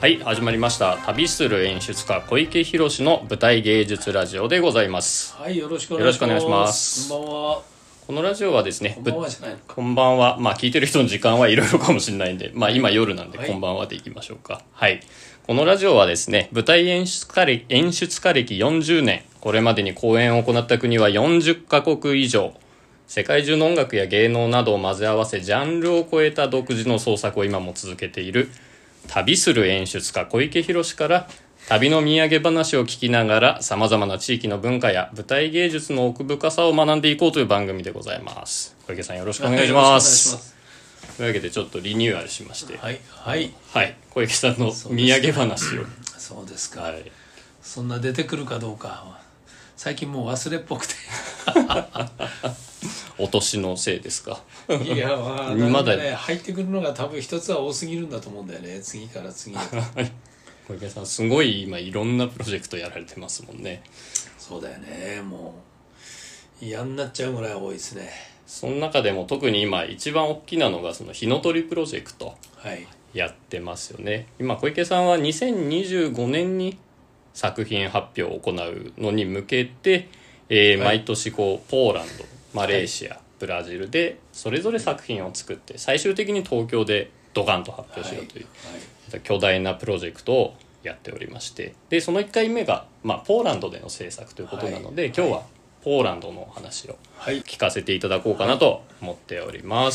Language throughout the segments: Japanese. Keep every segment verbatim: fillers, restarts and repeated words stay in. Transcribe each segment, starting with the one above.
はい、始まりました。旅する演出家小池博の舞台芸術ラジオでございます。 はい、よろしくお願いします。 よろしくお願いします。 こんばんは。 このラジオはですね、 こんばんはじゃないのか。 こんばんは。まあ聞いてる人の時間はいろいろかもしれないんで、まあ今夜なんではいこんばんはでいきましょうか。はい。このラジオはですね、舞台演出家歴、演出家歴よんじゅうねん、これまでに公演を行った国はよんじゅっかこく以上、世界中の音楽や芸能などを混ぜ合わせジャンルを超えた独自の創作を今も続けている旅する演出家小池博から旅の土産話を聞きながらさまざまな地域の文化や舞台芸術の奥深さを学んでいこうという番組でございます。小池さんよろしくお願いします。というわけでちょっとリニューアルしまして、 はいはいはい、小池さんの土産話を。 そうですか、 はい、 そんな出てくるかどうか最近もう忘れっぽくてお年のせいですか。 いやまあなんかね入ってくるのが多分一つは多すぎるんだと思うんだよね、次から次へと小池さんすごい今いろんなプロジェクトやられてますもんね。 そうだよね、もう嫌になっちゃうぐらい多いですね。 その中でも特に今一番大きなのがその火の鳥プロジェクトやってますよね、はい、今小池さんはにせんにじゅうごねんに作品発表を行うのに向けて、えーはい、毎年こうポーランド、マレーシア、はい、ブラジルでそれぞれ作品を作って最終的に東京でドカンと発表しようという、はいはい、巨大なプロジェクトをやっておりまして、でそのいっかいめが、まあ、ポーランドでの制作ということなので、はい、今日はポーランドのお話を聞かせていただこうかなと思っております。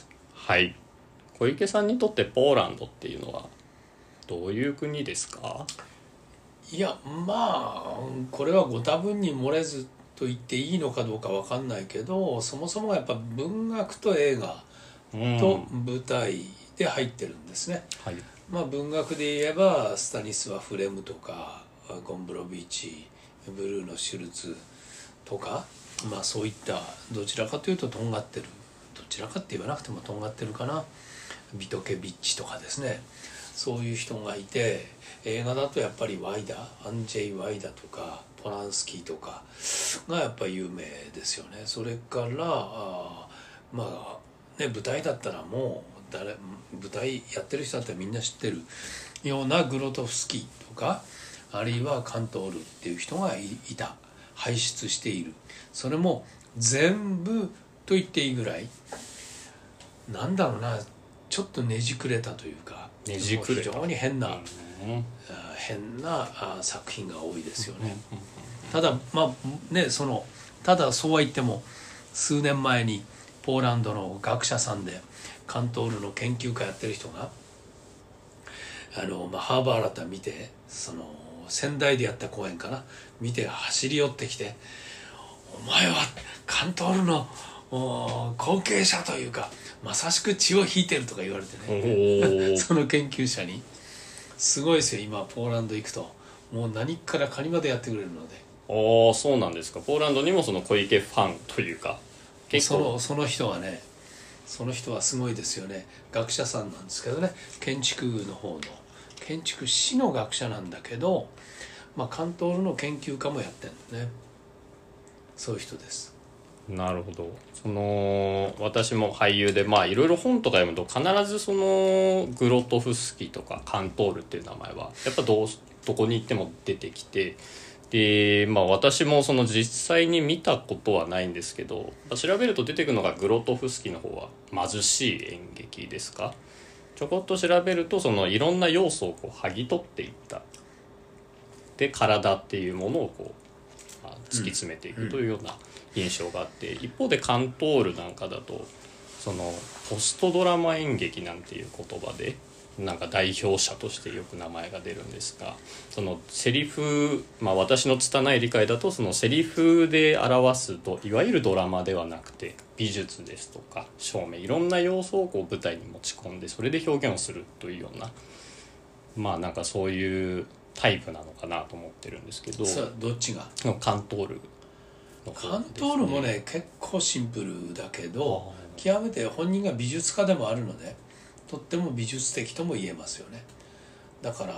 はい、小池さんにとってポーランドっていうのはどういう国ですか？ いやまあこれはご多分に漏れずと言っていいのかどうか分かんないけど、そもそもやっぱ文学と映画と舞台で入ってるんですね、うん、はい、まあ、文学で言えばスタニスワ・フレムとかゴンブロビーチ、ブルーノ・シュルツとか、まあそういったどちらかというととんがってる、どちらかって言わなくてもとんがってるかな、ビトケビッチとかですね、そういう人がいて、映画だとやっぱりワイダ、アンジェイ・ワイダとかポランスキーとかがやっぱり有名ですよね。それからあまあね、舞台だったらもう誰舞台やってる人だったらみんな知ってるようなグロトフスキーとか、あるいはカントールっていう人が い, いた輩出している。それも全部と言っていいぐらいなんだろうな、ちょっとねじくれたというか、 ねじくれた非常に変な、 うん、 変な作品が多いですよね。ただまあね、そのただそうは言っても数年前にポーランドの学者さんでカントールの研究家やってる人があの、まあ、ハーバーラタ見て、その仙台でやった公演かな見て走り寄ってきて、お前はカントールの後継者というかまさしく血を引いてるとか言われてねその研究者にすごいですよ。今ポーランド行くともう何からカニまでやってくれるので。 ああ、そうなんですか。ポーランドにもその小池ファンというか結構その、その人はねその人はすごいですよね。学者さんなんですけどね、建築の方の建築士の学者なんだけど、まあ、カントールの研究家もやってるんだね。そういう人です。 なるほど。その私も俳優でまあいろいろ本とか読むと必ずそのグロトフスキとかカントールっていう名前はやっぱどうどこに行っても出てきて、でまあ私もその実際に見たことはないんですけど、調べると出てくるのがグロトフスキの方は貧しい演劇ですか。ちょこっと調べるとそのいろんな要素をこう剥ぎ取っていったで体っていうものをこう、まあ、突き詰めていくというような印象があって、うんうん、一方でカントールなんかだとそのポストドラマ演劇なんていう言葉でなんか代表者としてよく名前が出るんですが、そのセリフ、まあ私の拙い理解だとそのセリフで表すといわゆるドラマではなくて美術ですとか照明いろんな要素をこう舞台に持ち込んでそれで表現をするというような、まあなんかそういうタイプなのかなと思ってるんですけど。 さあどっちがカントールの方ですね。 カントールもね結構シンプルだけど極めて本人が美術家でもあるのでとっても美術的とも言えますよね。だから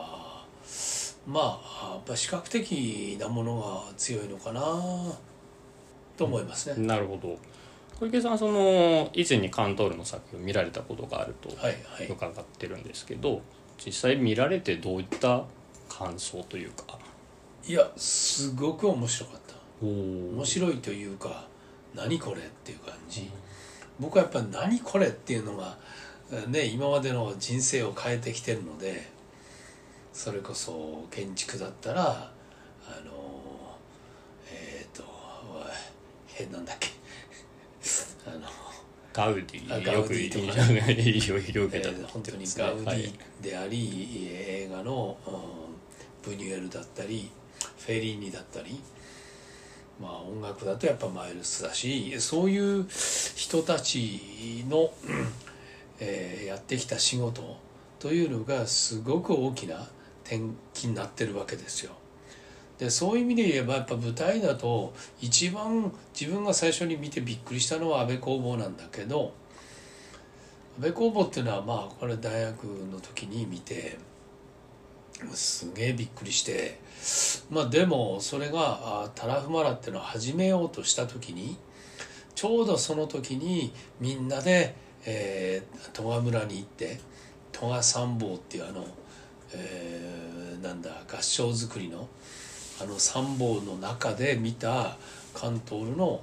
まあやっぱ視覚的なものが強いのかなと思いますね、 うん、なるほど。小池さんその以前にカントールの作品を見られたことがあると伺ってるんですけど、はいはい、 実際見られてどういった感想というか。 いやすごく面白かった。 お面白いというか何これっていう感じ。僕はやっぱり何これっていうのがね今までの人生を変えてきてるので、それこそ建築だったらあのえっ、ー、とえなんだっけあのガウディガウディとかねねいいよ広げた、 えー、本当にガウディであり、はい、映画の、うん、ブニュエルだったりフェリーニだったり、まあ音楽だとやっぱマイルスだし、そういう人たちの、うんえー、やってきた仕事というのがすごく大きな転機になってるわけですよ。でそういう意味で言えばやっぱ舞台だと一番自分が最初に見てびっくりしたのは安倍工房なんだけど、安倍工房っていうのはまあこれ大学の時に見てすげえびっくりして、まあでもそれがタラフマラっていうのを始めようとした時にちょうどその時にみんなで、えー、戸賀村に行って戸賀三坊っていうあの、えー、なんだ合掌造りのあの三坊の中で見たカントールの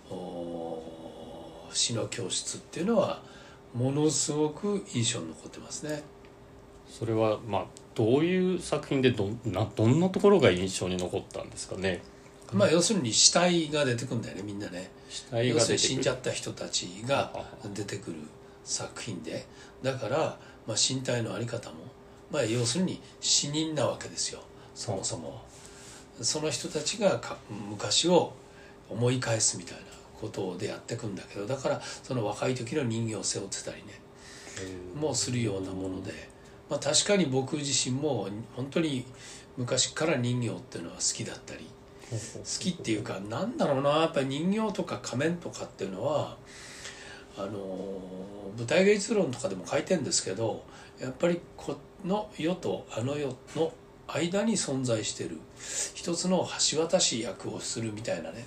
詩の教室っていうのはものすごく印象に残ってますね。 それはまあどういう作品で ど, などんなところが印象に残ったんですかね。 まあ要するに死体が出てくるんだよねみんなね。 死体が出てくる、 要するに死んじゃった人たちが出てくる作品で、だから、まあ、身体の在り方も、まあ、要するに死人なわけですよそもそも。その人たちが昔を思い返すみたいなことでやっていくんだけど、だからその若い時の人形を背負ってたりねもうするようなもので、まあ、確かに僕自身も本当に昔から人形っていうのは好きだったり、好きっていうかなんだろうな、やっぱり人形とか仮面とかっていうのはあの舞台芸術論とかでも書いてるんですけど、やっぱりこの世とあの世の間に存在している一つの橋渡し役をするみたいなね、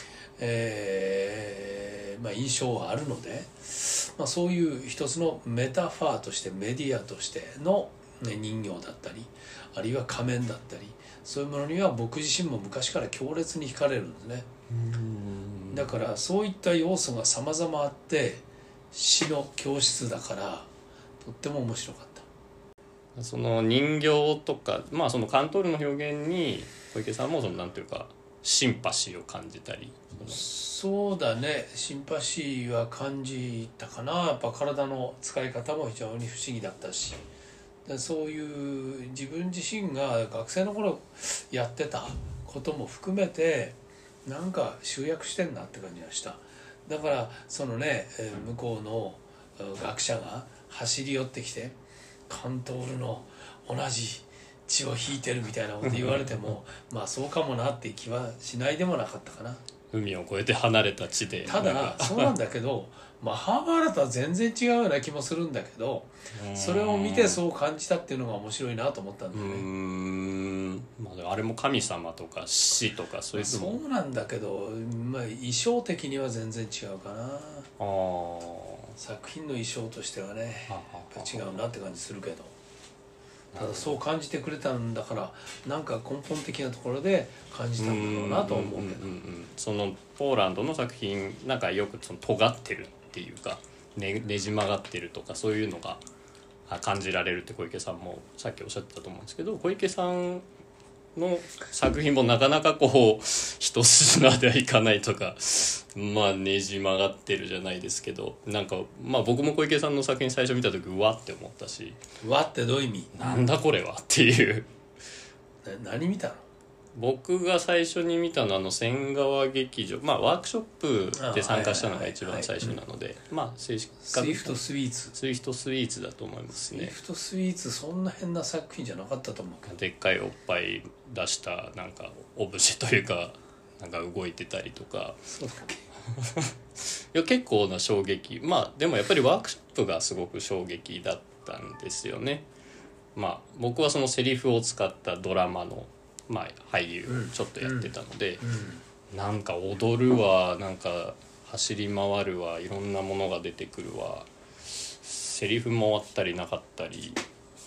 えーまあ、印象はあるので、まあ、そういう一つのメタファーとしてメディアとしての、ね、人形だったりあるいは仮面だったりそういうものには僕自身も昔から強烈に惹かれるんですね。だからそういった要素が様々あって詩の教室だからとっても面白かった。 その人形とか、まあ、そのカントールの表現に小池さんもそのなんていうかシンパシーを感じたり。 そうだね、シンパシーは感じたかな。やっぱ体の使い方も非常に不思議だったし、そういう自分自身が学生の頃やってたことも含めてなんか集約してんなって感じがした。だからそのね向こうの学者が走り寄ってきてカントールの同じ血を引いてるみたいなこと言われてもまあそうかもなって気はしないでもなかったかな。 海を越えて離れた地でただそうなんだけどマハーバーラタは全然違うような気もするんだけど、それを見てそう感じたっていうのが面白いなと思ったんだよね。 うーん、まあ、あれも神様とか死とかそういうのもそうなんだけど、まあ、衣装的には全然違うかな。 あ作品の衣装としてはねあやっぱ違うなって感じするけど、ただそう感じてくれたんだからなんか根本的なところで感じたんだろうなと思うけど、 そのポーランドの作品なんかよくその尖ってるっていうか ね, ねじ曲がってるとかそういうのが感じられるって小池さんもさっきおっしゃってたと思うんですけど、小池さんの作品もなかなかこう一筋縄ではいかないとかまあねじ曲がってるじゃないですけど、なんかまあ僕も小池さんの作品最初見た時うわって思ったし、 うわってどういう意味？ なんだこれはっていうな何見たの？ 僕が最初に見たのはあの千川劇場、まあワークショップで参加したのが一番最初なので、まあ正式スイフトスイーツスイフトスイーツだと思いますね。 スイフトスイーツそんな変な作品じゃなかったと思うけど、 でっかいおっぱい出したなんかオブジェというかなんか動いてたりとか、 そうだっけいや結構な衝撃、まあでもやっぱりワークショップがすごく衝撃だったんですよね。まあ僕はそのセリフを使ったドラマのまあ俳優をちょっとやってたので、 うんうんうん、なんか踊るわ、なんか走り回るわ、いろんなものが出てくるわ、セリフ回ったりなかったり、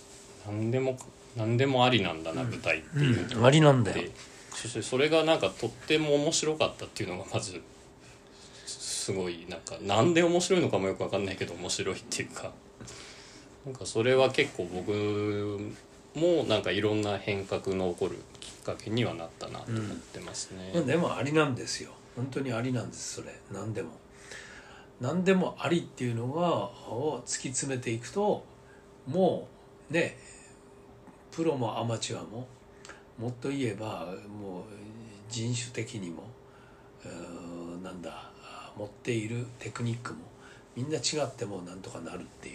何でも何でもありなんだな、舞台っていう、 うん、ありなんだよ。 そしてそれがなんかとっても面白かったっていうのがまずすごい、なんかなんで面白いのかもよく分かんないけど面白いっていうか、なんかそれは結構僕もなんかいろんな変革の起こるきっかけにはなったなと思ってますね、 うん、でもありなんですよ、本当にありなんです。それ何でも何でもありっていうのがを突き詰めていくと、もうね、プロもアマチュアも、もっと言えばもう人種的にも、なんだ、持っているテクニックもみんな違ってもなんとかなるっていう。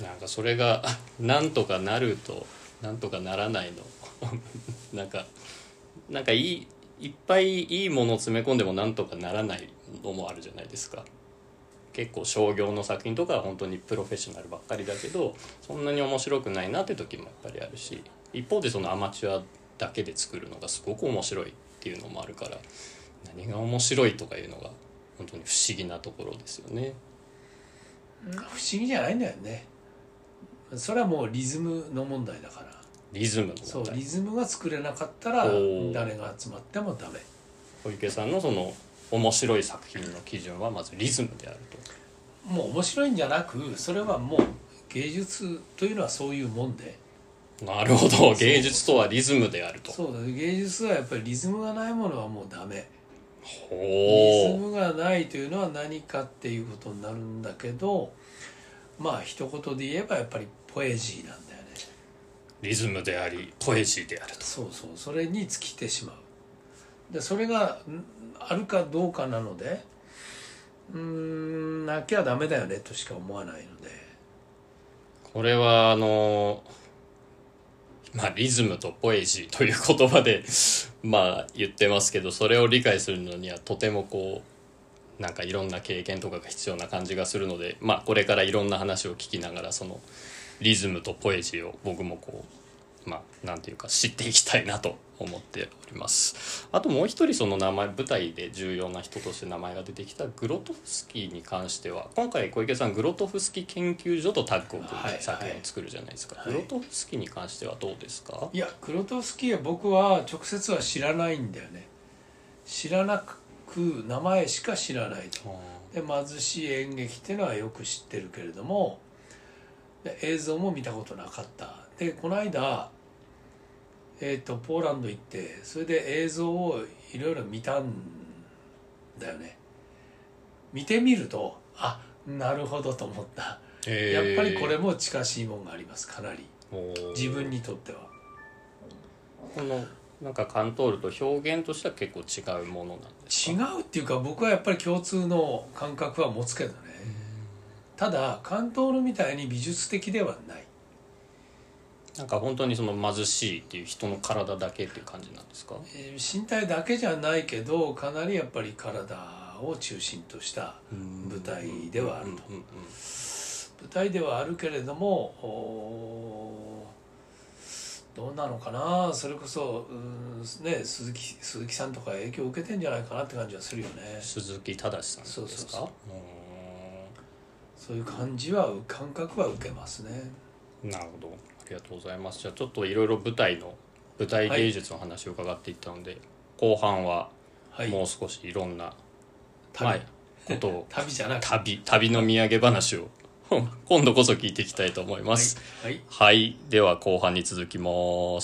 なんかそれがなんとかなるとなんとかならないのなんかなんかいいいっぱいいいものを詰め込んでもなんとかならないのもあるじゃないですか。結構商業の作品とかは本当にプロフェッショナルばっかりだけど、そんなに面白くないなって時もやっぱりあるし、一方でそのアマチュアだけで作るのがすごく面白いっていうのもあるから、何が面白いとかいうのが本当に不思議なところですよね。 不思議じゃないんだよね。それはもうリズムの問題だから。 リズムの問題。 そう、リズムが作れなかったら誰が集まってもダメ。 小池さんのその面白い作品の基準はまずリズムであると。もう面白いんじゃなく、それはもう芸術というのはそういうもんで。 なるほど、芸術とはリズムであると。 そうだ、芸術はやっぱりリズムがないものはもうダメ。 ほう。 リズムがないというのは何かっていうことになるんだけど、まあ一言で言えばやっぱりポエジーなんだよね。 リズムでありポエジーであると。 そうそう、それに尽きてしまう。でそれがあるかどうかなので、うーん、なきゃダメだよねとしか思わないので。 これはあのまあリズムとポエジーという言葉でまあ言ってますけど、それを理解するのにはとてもこうなんかいろんな経験とかが必要な感じがするので、まあこれからいろんな話を聞きながらそのリズムとポエジーを僕もこうまあなんていうか知っていきたいなと思っております。あともう一人その名前、舞台で重要な人として名前が出てきたグロトフスキーに関しては、今回小池さんグロトフスキー研究所とタッグを組んで作品を作るじゃないですか、はいはい、グロトフスキーに関してはどうですか？ いや、グロトフスキーは僕は直接は知らないんだよね。知らなく名前しか知らないと。で貧しい演劇っていうのはよく知ってるけれども、で映像も見たことなかった。でこの間えー、とポーランド行って、それで映像をいろいろ見たんだよね。見てみると、あ、なるほどと思った、えー、やっぱりこれも近しいもんがあります、かなり自分にとっては。 このなんかカントールと表現としては結構違うものなんですか？ 違うっていうか、僕はやっぱり共通の感覚は持つけどね。ただカントールみたいに美術的ではない。 なんか本当にその貧しいっていう人の体だけっていう感じなんですか？ えー、身体だけじゃないけど、かなりやっぱり体を中心とした舞台ではあると。舞台ではあるけれども、どうなのかな、それこそ、うん、ね、鈴木鈴木さんとか影響を受けてんじゃないかなって感じはするよね。 鈴木忠さんですか？そうそうそう、 そういう感じは感覚は受けますね。 なるほど、ありがとうございます。じゃあちょっといろいろ舞台の舞台芸術の話を伺っていったので、はい、後半はもう少しいろんな、はい、ことを旅じゃなくて旅旅の土産話を今度こそ聞いていきたいと思います。はい、はいはい、では後半に続きます。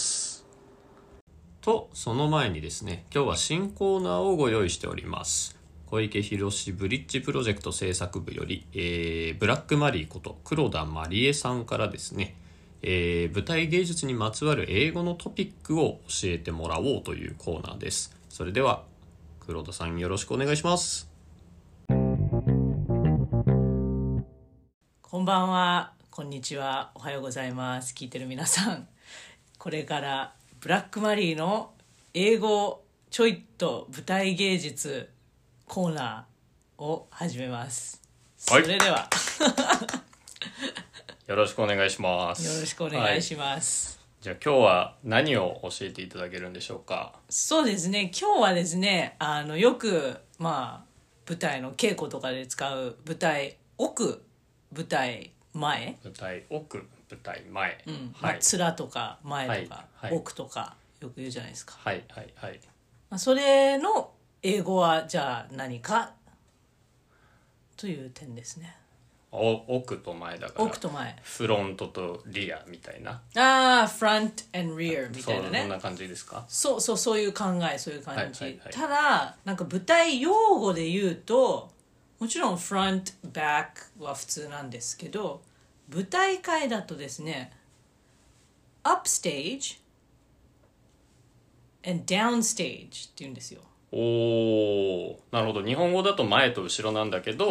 とその前にですね、今日は新コーナーをご用意しております。小池博ブリッジプロジェクト制作部より、えー、ブラックマリーこと黒田まりえさんからですね、えー、舞台芸術にまつわる英語のトピックを教えてもらおうというコーナーです。それでは黒田さん、よろしくお願いします。 こんばんは、こんにちは、おはようございます。聞いてる皆さん、これからブラックマリーの英語ちょいと舞台芸術コーナーを始めます。それでは、はい、 よろしくお願いします。 よろしくお願いします。 はい、じゃあ今日は何を教えていただけるんでしょうか？ そうですね、今日はですね、あのよくまあ舞台の稽古とかで使う舞台奥、舞台前、 舞台奥、 舞台前、 うんまあ、 はい面とか前とか、 はいはい奥とかよく言うじゃないですか、 はいはいはい。 まあ、それの英語はじゃあ何かという点ですね。 お奥と前だから奥と前、 フロントとリアみたいな、 ああ front and rear みたいなそんね。 な感じですか？ そうそうそういう考え、そういう感じ、 はいはいはい、 ただなんか舞台用語で言うともちろん front back は普通なんですけど、舞台界だとですね upstage and downstage って言うんですよ。 おー、なるほど。日本語だと前と後ろなんだけど、 うんうん、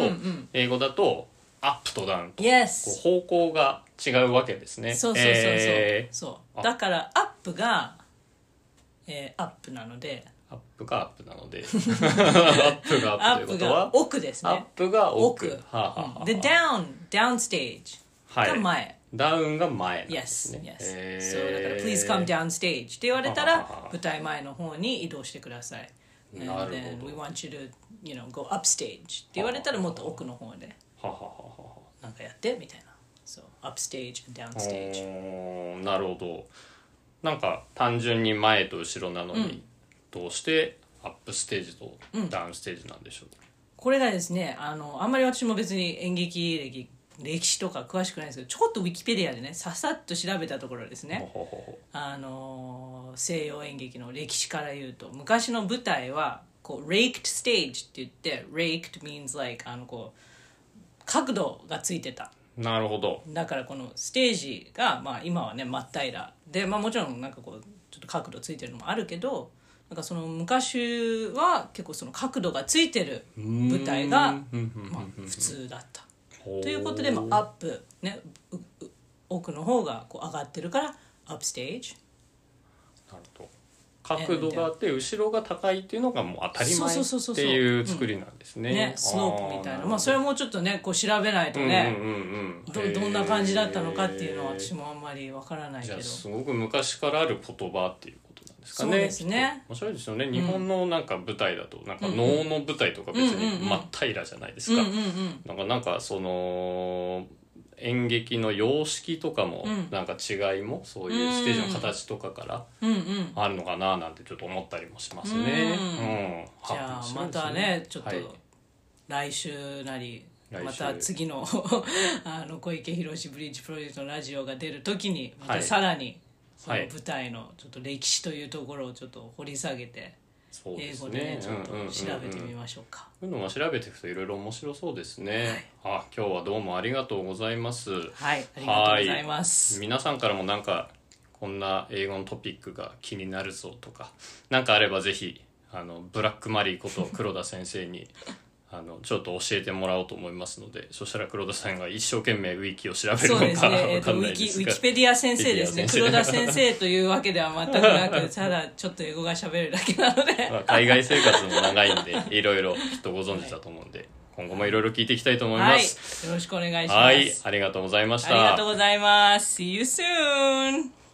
英語だとアップとダウンと、 Yes、 こう方向が違うわけですね。 そうそうそうそう、 えーそうだからアップが、えー、アップなので、 アップがアップなのでアップがアップということはアップが奥ですね。 アップが奥、 奥、 はあはあはあ、 で down downstage が前、 はい、ダウンが前なんで Yes すね。 yes、 えー、 そうだから please come downstage って言われたらはははは舞台前の方に移動してください。 なるほど。 And then we want you to you know go upstage って言われたらもっと奥の方でははははなんかやってみたいな。そう upstage and downstage。 おー、なるほど。なんか単純に前と後ろなのに、うん、どうしてアップステージとダウンステージなんでしょう？うん、 これがですね、あのあんまり私も別に演劇歴歴史とか詳しくないんですけど、ちょこっとウィキペディアでねささっと調べたところですね、 ほほほほ、 あの西洋演劇の歴史から言うと、昔の舞台はこう raked stage って言って、 raked means like あのこう角度がついてた。 なるほど。 だからこのステージが、まあ、今はね真っ平らで、まあ、もちろんなんかこうちょっと角度ついてるのもあるけど、なんかその昔は結構その角度がついてる舞台がまあ普通だったということで、まあ、アップ、ね、奥の方がこう上がってるからアップステージ。 なるほど。角度があって後ろが高いっていうのがもう当たり前っていう作りなんですね。 ね、スロープみたいな。まあそれもちょっとねこう調べないとね、うんうんうんうん、ど, どんな感じだったのかっていうのは私もあんまりわからないけど。 じゃあすごく昔からある言葉っていうことなんですかね。そうですね。面白いですよね。日本のなんか舞台だとなんか能の舞台とか別に真っ平らじゃないですか。なんかなんかその演劇の様式とかもなんか違いもそういうステージの形とかからあるのかななんてちょっと思ったりもしますね。うん、 じゃあまたねちょっと来週なりまた次のあの小池宏ブリッジプロジェクトのラジオが出る時にまたさらにその舞台のちょっと歴史というところをちょっと掘り下げて英語でねちょっと調べてみましょうか。 そういうのも調べていくといろいろ面白そうですね。はい、あ、今日はどうもありがとうございます。 はい、ありがとうございます。 皆さんからもなんかこんな英語のトピックが気になるぞとかなんかあればぜひあのブラックマリーこと黒田先生にあのちょっと教えてもらおうと思いますので、そしたら黒田さんが一生懸命ウィキを調べるのか分かんないですが、 そうですね、えーと、ウィキ、ウィキペディア先生ですね。黒田先生というわけでは全くなくただちょっと英語が喋れるだけなので、 まあ、海外生活も長いんでいろいろきっとご存知だと思うんで、はい、今後もいろいろ聞いていきたいと思います、 はい、よろしくお願いします。 はい、ありがとうございました。 ありがとうございます。 See you soon.